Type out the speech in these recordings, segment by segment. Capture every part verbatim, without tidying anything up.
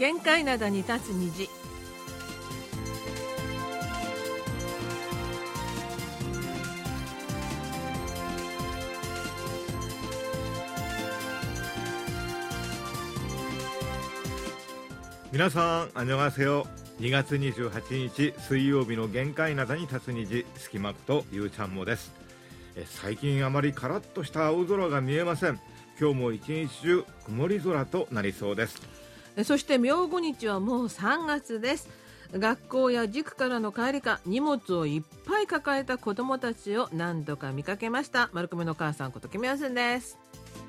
限界灘に立つ虹。 皆さん、あにょがせよ。にがつにじゅうはちにち水曜日の限界灘に立つ虹、すきまことゆうちゃんもです。え最近あまりカラッとした青空が見えません。今日も一日中曇り空となりそうです。 そして明後日はもうさんがつです。学校や塾からの帰りか、荷物をいっぱい抱えた子どもたちを何度か見かけました。丸亀の母さんことキムヤスンです。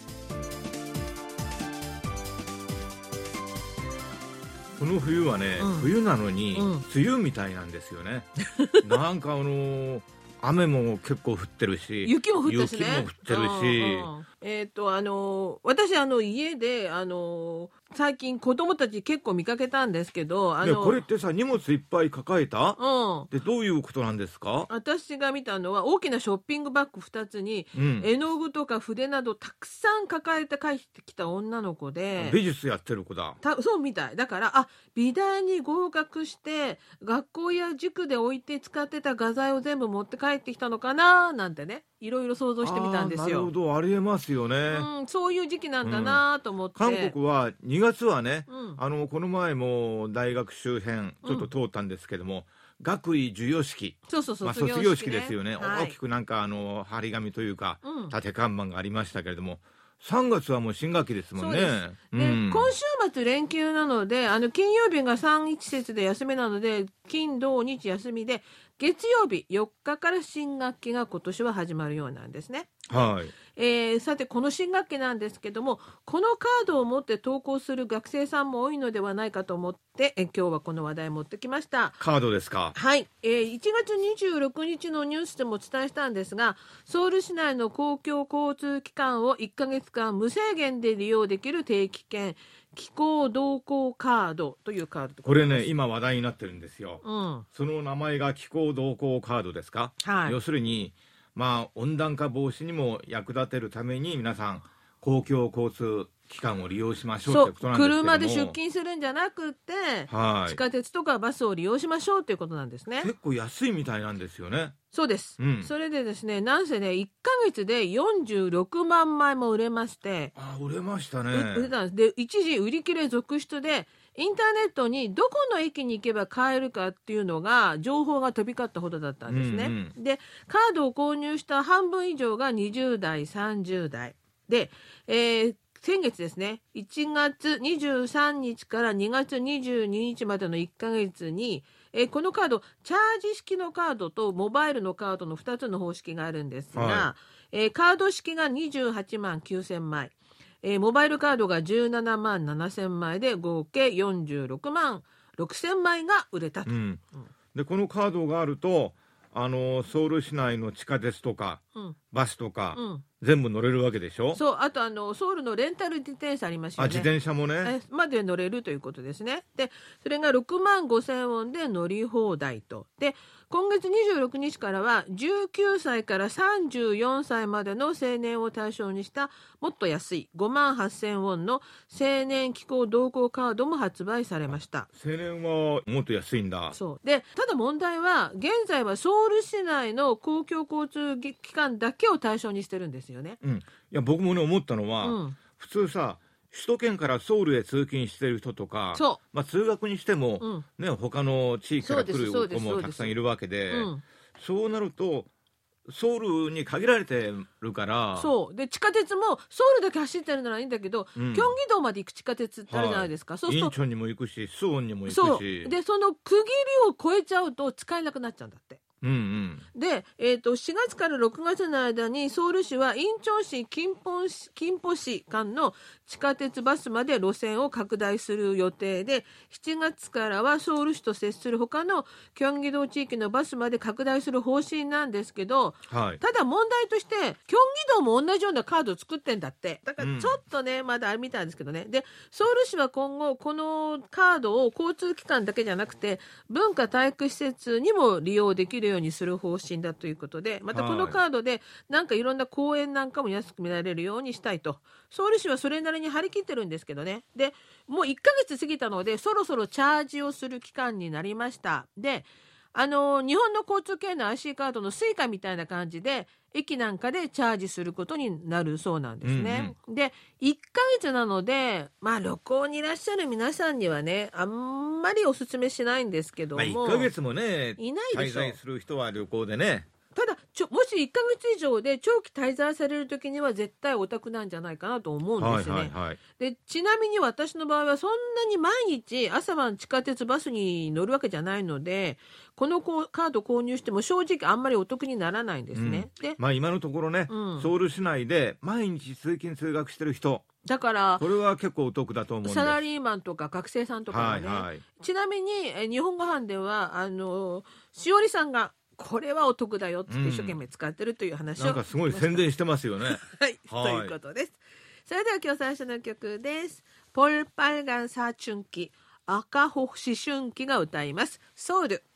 この冬はね、うん、冬なのに、うん、梅雨みたいなんですよね。なんかあのー、雨も結構降ってるし、 雪も降ってるしね。 雪も降ってるし、 うんうん、えっとあのー、私あの家であのー、最近子供たち結構見かけたんですけど、あのーね、これってさ、荷物いっぱい抱えた、 うん、 でどういうことなんですか？ 私が見たのは大きなショッピングバッグふたつに、うん、絵の具とか筆などたくさん抱えて帰ってきた女の子で、 美術やってる子だ。 たそうみたいだから、あ、美大に合格して学校や塾で置いて使ってた画材を全部持って帰ってきたのかななんてね、いろいろ想像してみたんですよ。 なるほど、ありえますよね、 うん、そういう時期なんだなと思って、 うん、韓国はにがつはね、うん、あのこの前も大学周辺ちょっと通ったんですけども、うん、学位授与式、 そうそうそう、 まあ、卒業式ですよね、 はい、 大きくなんかあの張り紙というか、 うん、 立て看板がありましたけれども、さんがつはもう新学期ですもんね。 そうです、うん、今週末連休なので、あの金曜日がさんいち節で休みなので、金土日休みで、月曜日よっかから新学期が今年は始まるようなんですね。 はい。 えー、さてこの新学期なんですけども、このカードを持って登校する学生さんも多いのではないかと思って、え今日はこの話題を持ってきました。 カードですか？ はい、えー、いちがつにじゅうろくにちのニュースでもお伝えしたんですが、ソウル市内の公共交通機関をいっかげつかん無制限で利用できる定期券、気候同行カードというカードでこれね、今話題になってるんですよ、 うん、 その名前が気候同行カードですか、 はい、 要するにまあ温暖化防止にも役立てるために皆さん公共交通機関を利用しましょうってことなんですけども、 車で出勤するんじゃなくて、はい、地下鉄とかバスを利用しましょうということなんですね。 結構安いみたいなんですよね。 そうです、うん、それでですね、なんせねいっかげつでよんじゅうろくまんまいも売れまして、 あ、売れましたね。 売れたんです。で、一時売り切れ続出で、インターネットにどこの駅に行けば買えるかっていうのが情報が飛び交ったほどだったんですね、うんうん、でカードを購入した半分以上がにじゅうだいさんじゅうだいで、えー、先月ですね、いちがつにじゅうさんにちからにがつにじゅうににちまでのいっかげつに、えー、このカードチャージ式のカードとモバイルのカードのふたつの方式があるんですが、はい、えー、カード式がにじゅうはちまんきゅうせんまい、えー、モバイルカードがじゅうななまんななせんまいで合計よんじゅうろくまんろくせんまいが売れたと、うんうん、でこのカードがあるとあのソウル市内の地下鉄とか、うん、バスとか、うん、全部乗れるわけでしょ。 そう、あとあのソウルのレンタル自転車ありますよね。 あ、自転車もねまで乗れるということですね。でそれがろくまんごせんウォンで乗り放題と。で今月にじゅうろくにちからはじゅうきゅうさいからさんじゅうよんさいまでの青年を対象にしたもっと安いごまんはっせんウォンの青年気候同行カードも発売されました。 青年はもっと安いんだ。 そうで、ただ問題は現在はソウル市内の公共交通機関だけを対象にしてるんですよね、 うん、いや僕もね思ったのは、うん、普通さ首都圏からソウルへ通勤している人とか、まあ、通学にしても、うんね、他の地域から来る子もたくさんいるわけで、 そう、うん、そうなるとソウルに限られてるから、 そうで地下鉄もソウルだけ走ってるならいいんだけど、うん、キョンギ道まで行く地下鉄ってあるじゃないですか、はい、そうするとインチョンにも行くしスウォンにも行くし、 そうでその区切りを超えちゃうと使えなくなっちゃうんだって。うんうん、で、えー、としがつからろくがつの間にソウル市はインチョン市、キンポン市、キンポ市間の地下鉄バスまで路線を拡大する予定で、しちがつからはソウル市と接する他のキョンギ道地域のバスまで拡大する方針なんですけど、はい、ただ問題としてキョンギ道も同じようなカードを作ってんだって。だからちょっとね、うん、まだあれみたいですけどね。でソウル市は今後このカードを交通機関だけじゃなくて文化体育施設にも利用できるよようにする方針だということで、またこのカードでなんかいろんな公演なんかも安く見られるようにしたいと、ソウル市はそれなりに張り切ってるんですけどね。でもういっかげつ過ぎたのでそろそろチャージをする期間になりました。であの日本の交通系の アイシー カードのスイカみたいな感じで駅なんかでチャージすることになるそうなんですね、うんうん、でいっかげつなので、まあ、旅行にいらっしゃる皆さんにはねあんまりおすすめしないんですけども、まあ、 いっかげつもねいないでしょ。 滞在する人は旅行でね、 ただちょもしいっかげつ以上で長期滞在される時には絶対お得なんじゃないかなと思うんですね、はいはいはい、でちなみに私の場合はそんなに毎日朝晩地下鉄バスに乗るわけじゃないのでこのカード購入しても正直あんまりお得にならないんですね、 うん、 でまあ、今のところね、うん、ソウル市内で毎日通勤通学してる人だからこれは結構お得だと思うんです。 サラリーマンとか学生さんとかはね、はいはい、ちなみにえ日本語版ではあのしおりさんがこれはお得だよって一生懸命使ってるという話を、 うん、なんかすごい宣伝してますよねはい、はい、ということです。それでは今日最初の曲です。ポルパルガンサーチュンキ赤星春季が歌いますソウル。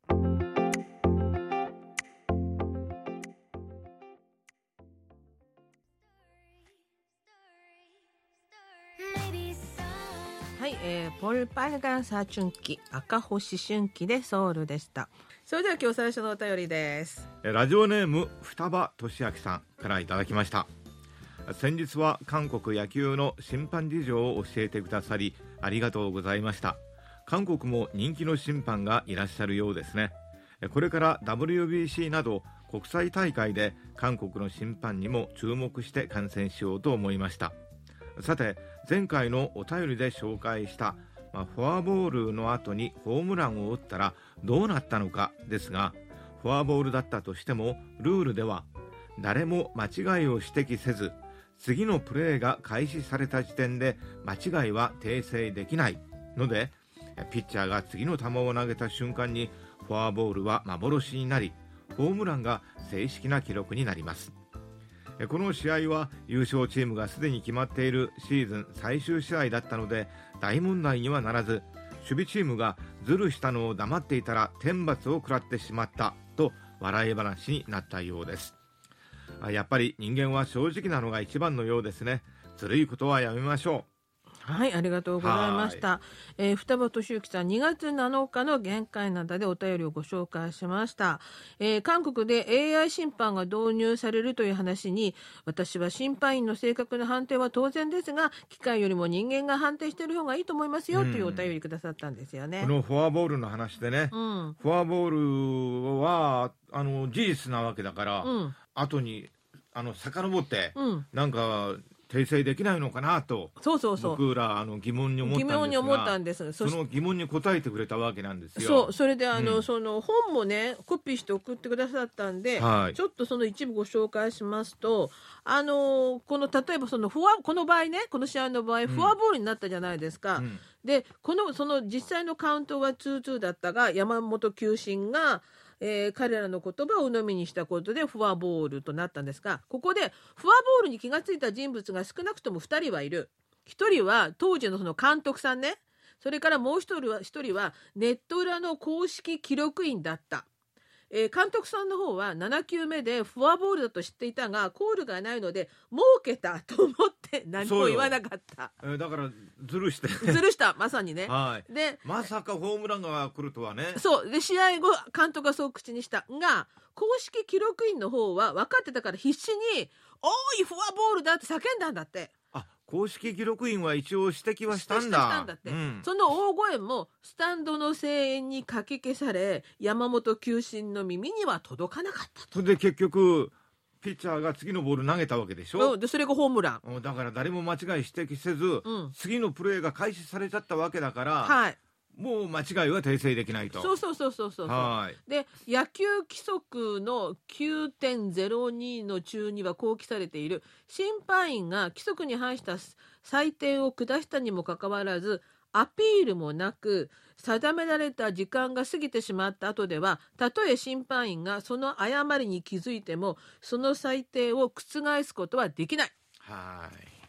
はい、えー、ポルパルガンサーチュンキ赤星春季でソウルでした。それでは今日最初のお便りです。 ラジオネーム双葉俊明さんからいただきました。先日は韓国野球の審判事情を教えてくださりありがとうございました。韓国も人気の審判がいらっしゃるようですね。これから ダブリュービーシー など国際大会で韓国の審判にも注目して観戦しようと思いました。さて前回のお便りで紹介したまあ、フォアボールの後にホームランを打ったらどうなったのかですが、フォアボールだったとしてもルールでは誰も間違いを指摘せず次のプレーが開始された時点で間違いは訂正できないので、ピッチャーが次の球を投げた瞬間にフォアボールは幻になりホームランが正式な記録になります。この試合は優勝チームがすでに決まっているシーズン最終試合だったので大問題にはならず、守備チームがズルしたのを黙っていたら天罰を食らってしまったと笑い話になったようです。やっぱり人間は正直なのが一番のようですね。ずるいことはやめましょう。 はい、ありがとうございました。えー、双葉俊之さんにがつなのかの限界などでお便りをご紹介しました。えー、韓国で エーアイ 審判が導入されるという話に、私は審判員の正確な判定は当然ですが機械よりも人間が判定している方がいいと思いますよ、うん、というお便りくださったんですよね。 このフォアボールの話でね、うん、フォアボールはあの事実なわけだから、うん、後にあの遡って、うん、なんか訂正できないのかなと、 そうそうそう僕らあの疑問に思ったんですが、疑問に思ったんです。その疑問に答えてくれたわけなんですよ。 そう、それであの、うん、その本もねコピーして送ってくださったんで、はい、ちょっとその一部ご紹介しますと、あのこの例えばそのフォアこの場合ねこの試合の場合、うん、フォアボールになったじゃないですか、うん、でこのその実際のカウントは ツーツー だったが山本球審がえー、彼らの言葉を鵜呑みにしたことでフォアボールとなったんですが、ここでフォアボールに気がついた人物が少なくともふたりはいる。ひとりは当時のその監督さんね、それからもう一人は一人はネット裏の公式記録員だった。えー、監督さんの方はななきゅうめでフォアボールだと知っていたがコールがないので儲けたと思って何も言わなかった。 えー、だからずるしてずるしたまさにね、 はい、でまさかホームランが来るとはね。 そうで試合後監督がそう口にしたが公式記録員の方は分かってたから必死におーいフォアボールだって叫んだんだって。 あ、公式記録員は一応指摘はしたんだ。 したんだって、うん、その大声もスタンドの声援にかき消され山本球審の耳には届かなかったと。 それで結局ピッチャーが次のボール投げたわけでしょ、 うん、でそれがホームランだから誰も間違い指摘せず、うん、次のプレーが開始されちゃったわけだから、 はい、 もう間違いは訂正できないと。 そうそうそうそうそう。はい。で野球規則の きゅうてんゼロに の中にはこう記されている。審判員が規則に反した裁定を下したにもかかわらずアピールもなく定められた時間が過ぎてしまった後ではたとえ審判員がその誤りに気づいてもその裁定を覆すことはできない。 はい。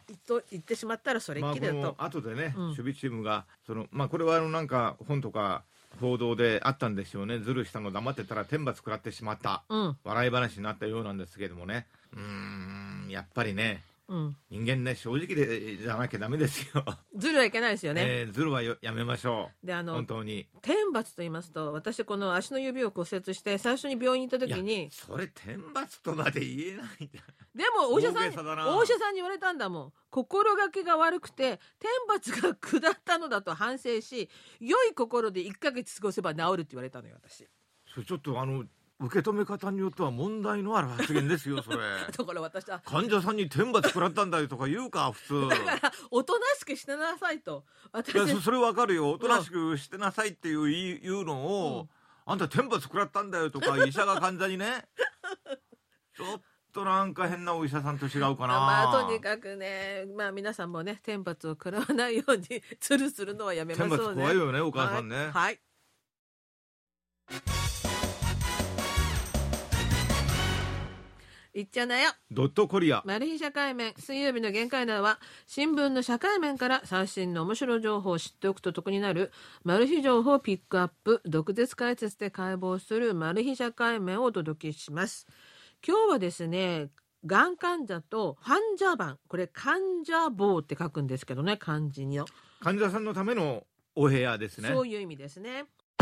と言ってしまったらそれっきりだと、 まあ、後でね、うん、守備チームがその、まあ、これはあのなんか本とか報道であったんですよね。ズルしたの黙ってたら天罰食らってしまった、うん、笑い話になったようなんですけどもね。うーんやっぱりね、うん、人間ね正直でじゃなきゃダメですよ。 ズルはいけないですよね、 えー、ズルはやめましょう。であの本当に天罰と言いますと、私この足の指を骨折して最初に病院に行った時に、 それ天罰とまで言えないんだ。 でもお医者さんにお医者さんに言われたんだもん。心がけが悪くて天罰が下ったのだと反省し、良い心でいっかげつ過ごせば治るって言われたのよ私。 それちょっとあの受け止め方によっては問題のある発言ですよそれ。 だから私は患者さんに天罰食らったんだよとか言うか普通。 だからおとなしくしてなさいと。 私いや そ, それわかるよ。おとなしくしてなさいっていう、いうのを、うん、あんた天罰食らったんだよとか医者が患者にねちょっとなんか変なお医者さんと違うかな。 まあとにかくね、まあ皆さんもね天罰を食らわないようにつるするのはやめましょうね。 天罰怖いよねお母さんね。 はい、はい。いっちゃなよドットコリアマル秘社会面。水曜日の限界談は新聞の社会面から最新の面白情報を知っておくと得になるマル秘情報をピックアップ、毒舌解説で解剖するマル秘社会面をお届けします。今日はですね、がん患者と患者番、これ患者房って書くんですけどね、漢字に患者さんのためのお部屋ですね。 そういう意味ですね。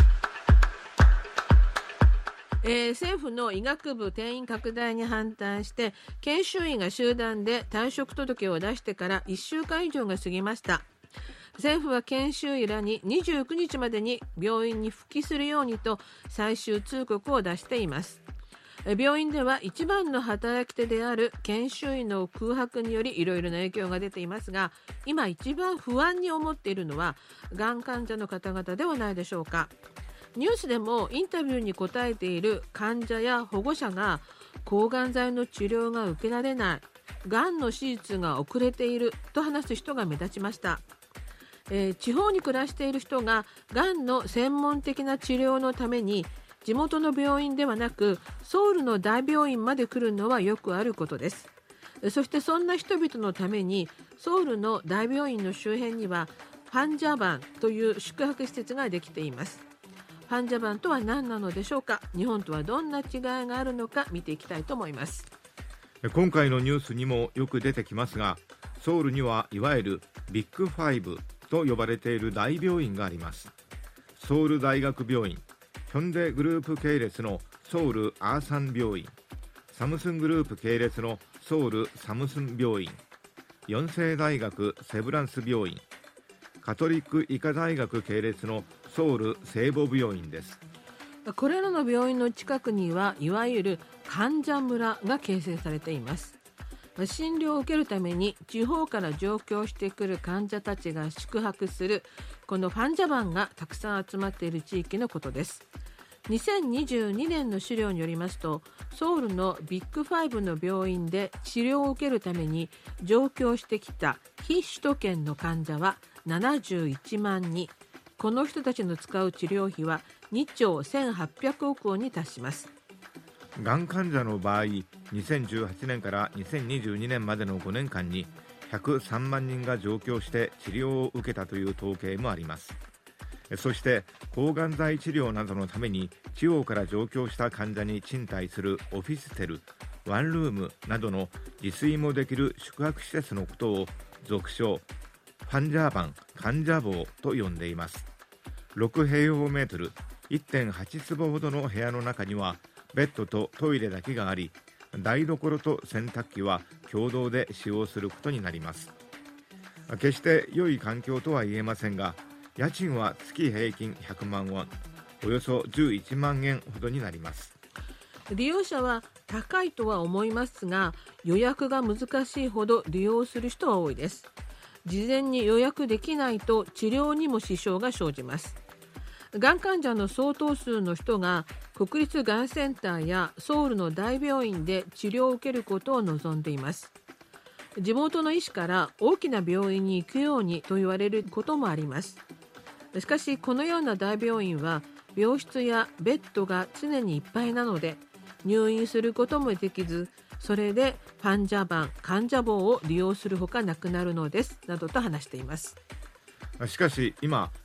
えー、政府の医学部定員拡大に反対して研修医が集団で退職届を出してからいっしゅうかん以上が過ぎました。政府は研修医らににじゅうくにちまでに病院に復帰するようにと最終通告を出しています。病院では一番の働き手である研修医の空白によりいろいろな影響が出ていますが、今一番不安に思っているのはがん患者の方々ではないでしょうか。ニュースでもインタビューに答えている患者や保護者が抗がん剤の治療が受けられない、がんの手術が遅れていると話す人が目立ちました。えー、地方に暮らしている人ががんの専門的な治療のために地元の病院ではなくソウルの大病院まで来るのはよくあることです。そしてそんな人々のためにソウルの大病院の周辺にはファンジャバンという宿泊施設ができています。ファンジャバンとは何なのでしょうか。日本とはどんな違いがあるのか見ていきたいと思います。 今回のニュースにもよく出てきますが、ソウルにはいわゆるビッグファイブと呼ばれている大病院があります。ソウル大学病院、ヒョンデグループ系列のソウルアーサン病院、サムスングループ系列のソウルサムスン病院、四世大学セブランス病院、カトリック医科大学系列のソウル聖母病院です。 これらの病院の近くにはいわゆる患者村が形成されています。診療を受けるために地方から上京してくる患者たちが宿泊するこのファンジャバンがたくさん集まっている地域のことです。にせんにじゅうにねんの資料によりますと、ソウルのビッグファイブの病院で治療を受けるために上京してきた非首都圏の患者はななじゅういちまんにん。この人たちの使う治療費はにちょうせんはっぴゃくおくウォンに達します。 がん患者の場合、にせんじゅうはちねんからにせんにじゅうにねんまでのごねんかんにひゃくさんまんにんが上京して治療を受けたという統計もあります。そして抗がん剤治療などのために地方から上京した患者に賃貸するオフィステル、ワンルームなどの自炊もできる宿泊施設のことを俗称ファンジャーバン患者房と呼んでいます。ろくへいほうメートル いってんはちつぼほどの部屋の中にはベッドとトイレだけがあり、台所と洗濯機は共同で使用することになります。決して良い環境とは言えませんが、家賃は月平均ひゃくまんウォン、およそじゅういちまんえんほどになります。 利用者は高いとは思いますが、予約が難しいほど利用する人は多いです。事前に予約できないと治療にも支障が生じます。がん患者の相当数の人が国立がんセンターやソウルの大病院で治療を受けることを望んでいます。地元の医師から大きな病院に行くようにと言われることもあります。しかしこのような大病院は病室やベッドが常にいっぱいなので入院することもできず、それでファンジャバン患者房を利用するほかなくなるのですなどと話しています。 しかし今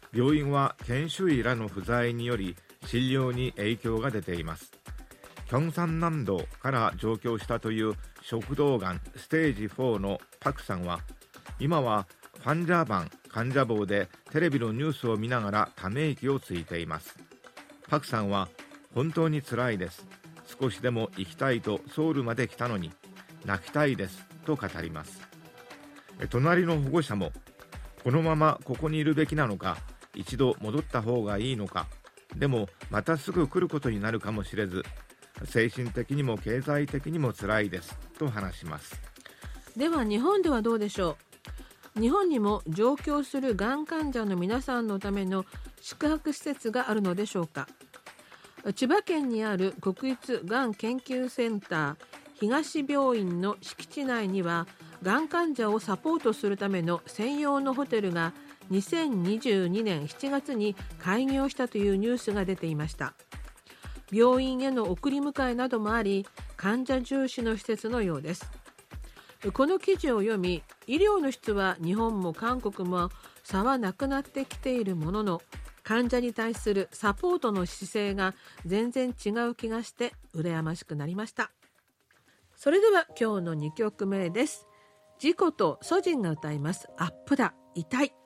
病院は研修医らの不在により診療に影響が出ています。キョンサン南道から上京したという食道がんステージフォーのパクさんは、今はファンジャーバン患者房でテレビのニュースを見ながらため息をついています。パクさんは、本当につらいです、少しでも行きたいとソウルまで来たのに泣きたいですと語ります。隣の保護者も、このままここにいるべきなのか、一度戻った方がいいのか、でもまたすぐ来ることになるかもしれず、精神的にも経済的にも辛いですと話します。 では日本ではどうでしょう。日本にも上京するがん患者の皆さんのための宿泊施設があるのでしょうか。千葉県にある国立がん研究センター東病院の敷地内には、がん患者をサポートするための専用のホテルがにせんにじゅうにねんしちがつに開業したというニュースが出ていました。病院への送り迎えなどもあり、患者重視の施設のようです。この記事を読み、医療の質は日本も韓国も差はなくなってきているものの、患者に対するサポートの姿勢が全然違う気がして羨ましくなりました。それでは今日のにきょくめです。ジコとソジンが歌います。アップだ痛い。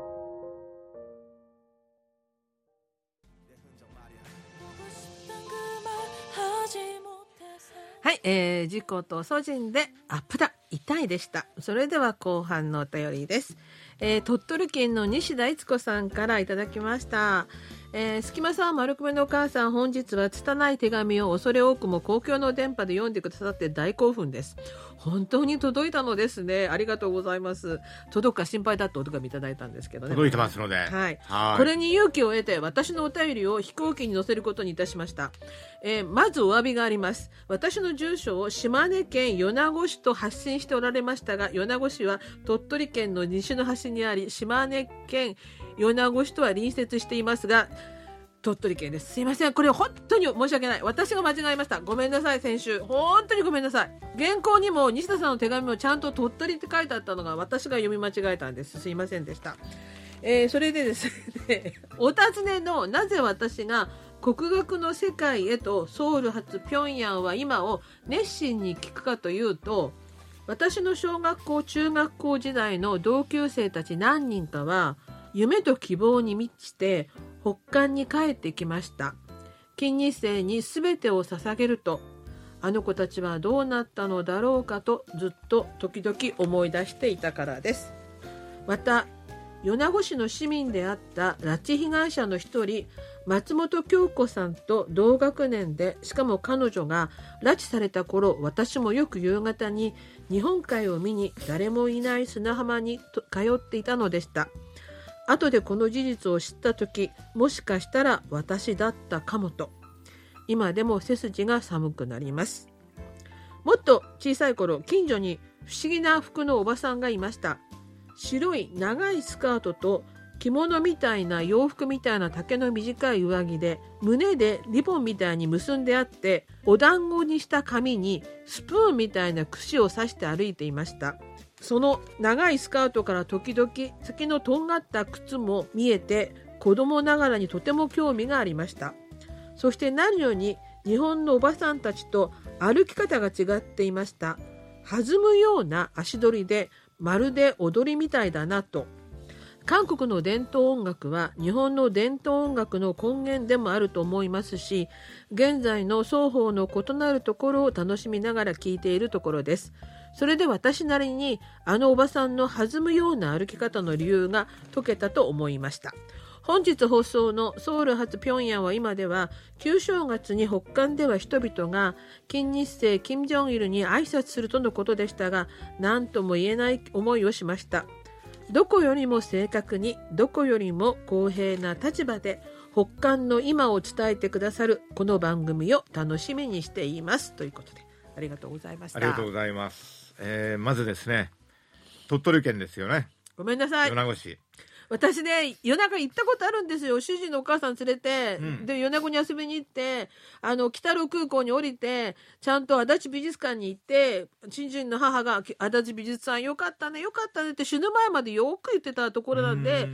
はい、えー、ジコとソジンでアップだ痛いでした。それでは後半のお便りです。えー、鳥取県の西田悦子さんからいただきました。えー、隙間さん、丸くめのお母さん、本日は拙い手紙を恐れ多くも公共の電波で読んでくださって大興奮です。本当に届いたのですね。ありがとうございます。届くか心配だってお手紙いただいたんですけどね。 届いてますので、 はい、 はい、 これに勇気を得て私のお便りを飛行機に載せることにいたしました。えー、まずお詫びがあります。私の住所を島根県米子市と発信しておられましたが、米子市は鳥取県の西の端にあり、島根県米子市とは隣接していますが、鳥取県です。すいません、これ本当に申し訳ない。私が間違えました。ごめんなさい。先週本当にごめんなさい。原稿にも西田さんの手紙もちゃんと鳥取って書いてあったのが私が読み間違えたんです。すいませんでした。えー、それでですねお尋ねのなぜ私が国学の世界へとソウル発平壌は今を熱心に聞くかというと、私の小学校中学校時代の同級生たち何人かは夢と希望に満ちて北韓に帰ってきました。金日成に全てを捧げると、あの子たちはどうなったのだろうかとずっと時々思い出していたからです。また米子市の市民であった拉致被害者の一人松本京子さんと同学年で、しかも彼女が拉致された頃、私もよく夕方に日本海を見に誰もいない砂浜に通っていたのでした。後でこの事実を知った時、もしかしたら私だったかもと、今でも背筋が寒くなります。もっと小さい頃、近所に不思議な服のおばさんがいました。白い長いスカートと着物みたいな洋服みたいな丈の短い上着で、胸でリボンみたいに結んであって、お団子にした紙にスプーンみたいな串を刺して歩いていました。その長いスカートから時々先のとんがった靴も見えて、子供ながらにとても興味がありました。そして何より日本のおばさんたちと歩き方が違っていました。弾むような足取りで、まるで踊りみたいだなと。韓国の伝統音楽は日本の伝統音楽の根源でもあると思いますし、現在の双方の異なるところを楽しみながら聴いているところです。それで私なりにあのおばさんの弾むような歩き方の理由が解けたと思いました。本日放送のソウル発平壌は今では、旧正月に北韓では人々が金日成金正日に挨拶するとのことでしたが、何とも言えない思いをしました。どこよりも正確に、どこよりも公平な立場で北韓の今を伝えてくださるこの番組を楽しみにしていますということで、ありがとうございました。 ありがとうございます。えー、まずですね、鳥取県ですよね。 ごめんなさい。 米子市。 私ね、夜中行ったことあるんですよ。主人のお母さん連れて、うん、で米子に遊びに行って、あの北郎空港に降りて、ちゃんと足立美術館に行って、主人の母が足立美術館よかったねよかったねって死ぬ前までよく言ってたところなんで、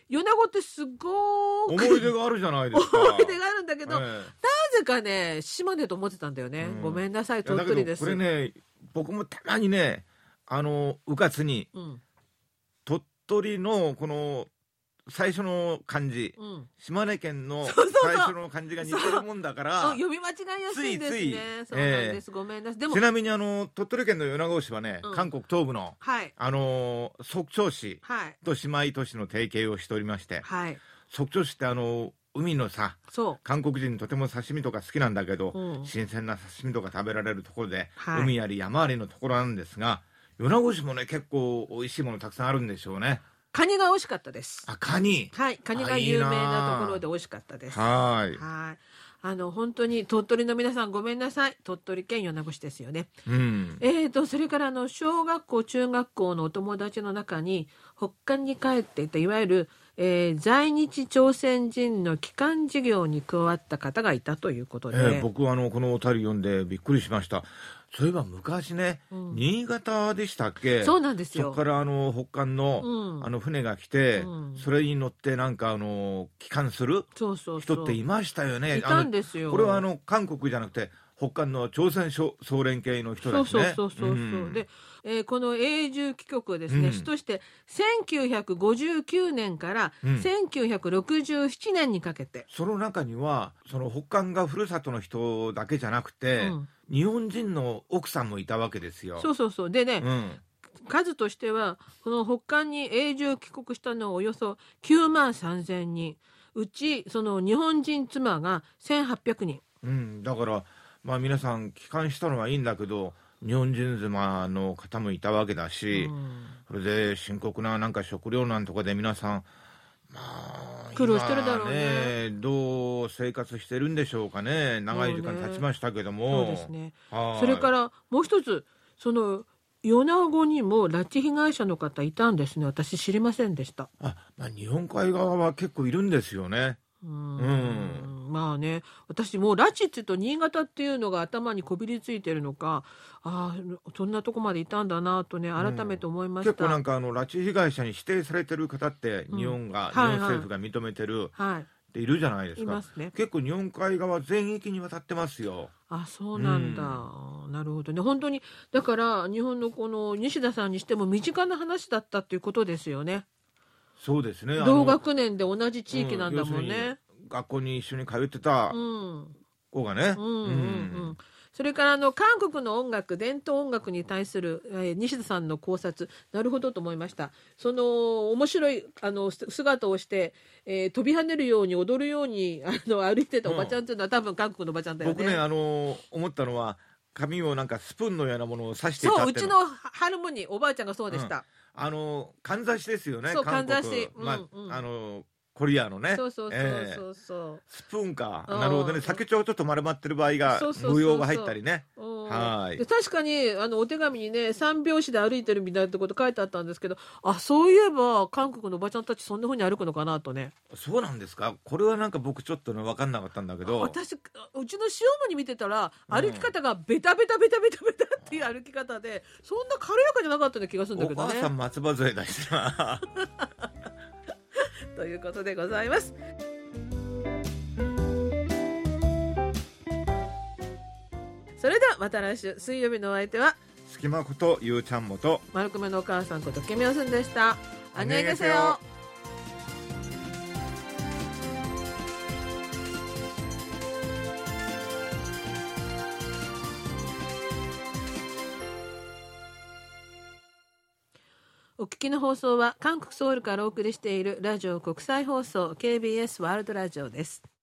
米子ってすごーく思い出があるじゃないですか。 思い出があるんだけど、 ええ、 なぜかね島根と思ってたんだよね、うん、ごめんなさい、鳥取です。 これね、僕もたまにね、あのうかつに、うん、鳥取のこの最初の漢字、うん、島根県の最初の漢字が似てるもんだから読み間違いやすいんですね。ついついそうなんです、えー、ごめんなさい。でもちなみにあの鳥取県の米子市はね、うん、韓国東部の、はい、あの則町市と姉妹都市の提携をしておりまして、はい、則町市ってあの海のさ、韓国人とても刺身とか好きなんだけど、うん、新鮮な刺身とか食べられるところで、はい、海あり山ありのところなんですが、米子市もね結構美味しいものたくさんあるんでしょうね。 カニが美味しかったです。 あ、カニ。 はい、カニが有名なところで美味しかったです。 はい。 はい。あの本当に鳥取の皆さんごめんなさい。鳥取県米子市ですよね。うん。えっとそれからあの小学校中学校のお友達の中に北韓に帰っていたいわゆる、えー、在日朝鮮人の帰還事業に加わった方がいたということで、えー、僕はあのこのお便り読んでびっくりしました。そういえば昔ね、うん、新潟でしたっけ。 そうなんですよ。 そこからあの北韓の、うん、あの船が来て、うん、それに乗ってなんかあの帰還する人っていましたよね。 いたんですよ。 これはあの韓国じゃなくて北韓の朝鮮総連系の人ですね。 そうそうそうそうそう、うん、で、えー、この永住帰国はですね、うん、主としてせんきゅうひゃくごじゅうきゅうねんからせんきゅうひゃくろくじゅうななねんにかけて、うん、 その中にはその北韓がふるさとの人だけじゃなくて、うん、日本人の奥さんもいたわけですよ。 そうそうそうでね、うん、数としてはこの北韓に永住帰国したのはおよそきゅうまんさんぜんにん、うちその日本人妻がせんはっぴゃくにん、 うん、だからまあ皆さん帰還したのはいいんだけど日本人妻の方もいたわけだし、うん、それで深刻ななんか食糧難とかで皆さんまあ苦労してるだろうね。 どう生活してるんでしょうかね。長い時間経ちましたけども。 そうですね。それからもう一つその米子にも拉致被害者の方いたんですね。私知りませんでした。 あ、まあ、日本海側は結構いるんですよね。 うん、うん、まあね、私もう拉致っていうと新潟っていうのが頭にこびりついてるのか、ああそんなとこまでいたんだなとね改めて思いました、 うん、結構なんかあの拉致被害者に指定されてる方って日本が、うん、日本政府が認めてる、はいはい、っているじゃないですか。いますね。結構日本海側全域にわたってますよ。 あ、そうなんだ、うん、なるほどね。本当にだから日本のこの西田さんにしても身近な話だったっていうことですよね。 そうですね。 同学年で同じ地域なんだもんね、 うん、学校に一緒に通ってた子がね、うんうんうんうん、 それからあの韓国の音楽伝統音楽に対する、えー、西田さんの考察なるほどと思いました。その面白いあの姿をして、えー、飛び跳ねるように踊るようにあの歩いてたおばちゃんというのは、うん、多分韓国のおばちゃんだよね。 僕ねあの思ったのは髪をなんかスプーンのようなものを刺していたって。 そう、うちのハルモニーおばあちゃんがそうでした、 うん、あのかんざしですよね。 そう、かんざし、 まあ、うんうん、あのコリアのね。 そうそうそうそうそう、えー、 スプーンか。なるほどね。先っちょちょっと丸まってる場合が模様が入ったりね。はい。 で確かにあのお手紙にね三拍子で歩いてるみたいなこと書いてあったんですけど、あ、そういえば韓国のおばちゃんたちそんな風に歩くのかなとね。 そうなんですか。これはなんか僕ちょっとね分かんなかったんだけど、 私うちの塩もに見てたら歩き方がベタベタベタベタベタっていう歩き方で、そんな軽やかじゃなかったような気がするんだけどね。 お母さん松葉杖だしなということでございます。それではまた来週水曜日のお相手は隙間ことゆうちゃんもと丸くめのお母さんことケミオスンでした。안녕히 계세요。お聞きの放送は韓国ソウルからお送りしているラジオ国際放送 ケービーエス ワールドラジオです。